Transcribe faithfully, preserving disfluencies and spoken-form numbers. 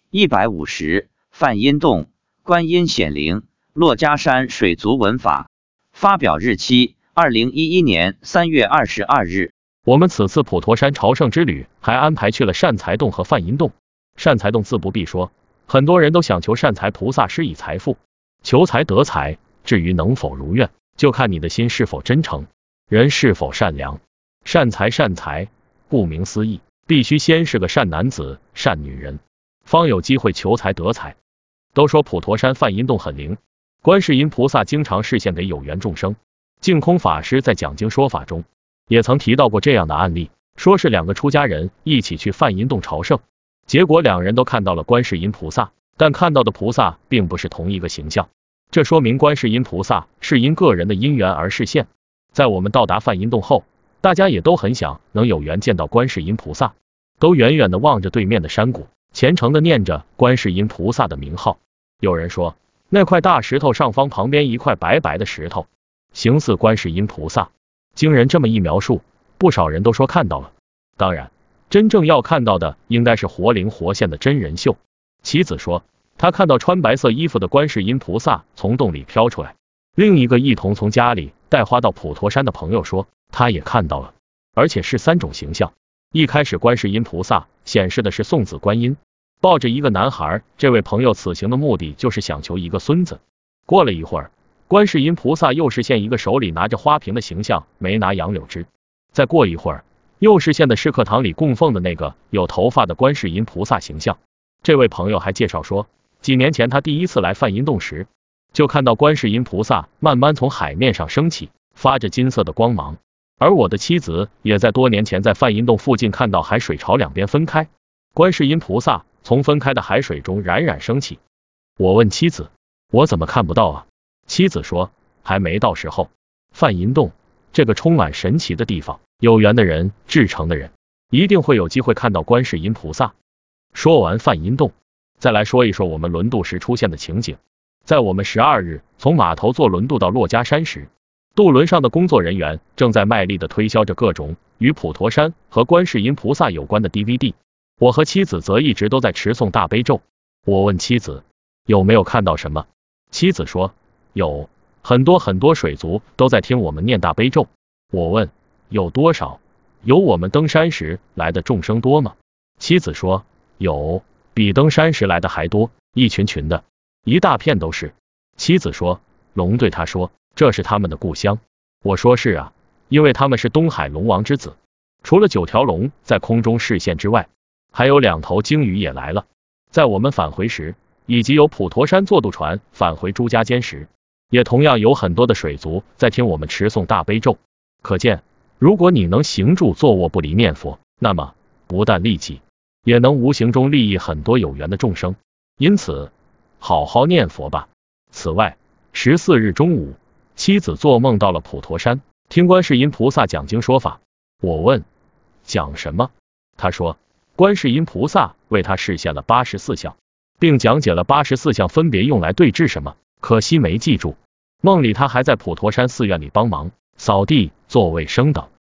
一百五十，梵音洞，观音显灵，珞珈山水族文法。发表日期：二零一一年三月二十二日。 我们此次普陀山朝圣之旅，还安排去了善财洞和梵音洞。善财洞自不必说，很多人都想求善财菩萨施以财富，求财得财，至于能否如愿，就看你的心是否真诚，人是否善良。善财善财，顾名思义，必须先是个善男子、善女人，方有机会求财得财。都说普陀山梵音洞很灵，观世音菩萨经常示现给有缘众生。净空法师在讲经说法中也曾提到过这样的案例，说是两个出家人一起去梵音洞朝圣，结果两人都看到了观世音菩萨，但看到的菩萨并不是同一个形象。这说明观世音菩萨是因个人的因缘而示现。在我们到达梵音洞后，大家也都很想能有缘见到观世音菩萨，都远远的望着对面的山谷，虔诚的念着观世音菩萨的名号。有人说，那块大石头上方旁边一块白白的石头，形似观世音菩萨。经人这么一描述，不少人都说看到了。当然，真正要看到的应该是活灵活现的真人秀。妻子说，他看到穿白色衣服的观世音菩萨从洞里飘出来。另一个一同从家里带花到普陀山的朋友说，他也看到了，而且是三种形象。一开始观世音菩萨显示的是送子观音，抱着一个男孩，这位朋友此行的目的就是想求一个孙子。过了一会儿，观世音菩萨又示现一个手里拿着花瓶的形象，没拿杨柳枝。再过一会儿，又示现的是课堂里供奉的那个有头发的观世音菩萨形象。这位朋友还介绍说，几年前他第一次来梵音洞时，就看到观世音菩萨慢慢从海面上升起，发着金色的光芒。而我的妻子也在多年前在梵音洞附近看到海水朝两边分开，观世音菩萨从分开的海水中冉冉升起。我问妻子，我怎么看不到啊？妻子说，还没到时候。梵音洞这个充满神奇的地方，有缘的人、至诚的人，一定会有机会看到观世音菩萨。说完梵音洞，再来说一说我们轮渡时出现的情景。在我们十二日从码头坐轮渡到珞珈山时，渡轮上的工作人员正在卖力的推销着各种与普陀山和观世音菩萨有关的 D V D。我和妻子则一直都在持诵大悲咒。我问妻子，有没有看到什么？妻子说，有，很多很多水族都在听我们念大悲咒。我问，有多少？有我们登山时来的众生多吗？妻子说，有，比登山时来的还多，一群群的，一大片都是。妻子说，龙对他说，这是他们的故乡。我说是啊，因为他们是东海龙王之子。除了九条龙在空中示现之外，还有两头鲸鱼也来了。在我们返回时，以及由普陀山坐渡船返回朱家尖时，也同样有很多的水族在听我们持诵大悲咒。可见，如果你能行住坐卧不离念佛，那么不但利己，也能无形中利益很多有缘的众生。因此，好好念佛吧。此外，十四日中午，妻子做梦到了普陀山，听观世音菩萨讲经说法。我问，讲什么？他说，观世音菩萨为他示现了八十四相，并讲解了八十四相分别用来对治什么，可惜没记住。梦里他还在普陀山寺院里帮忙扫地、做卫生等。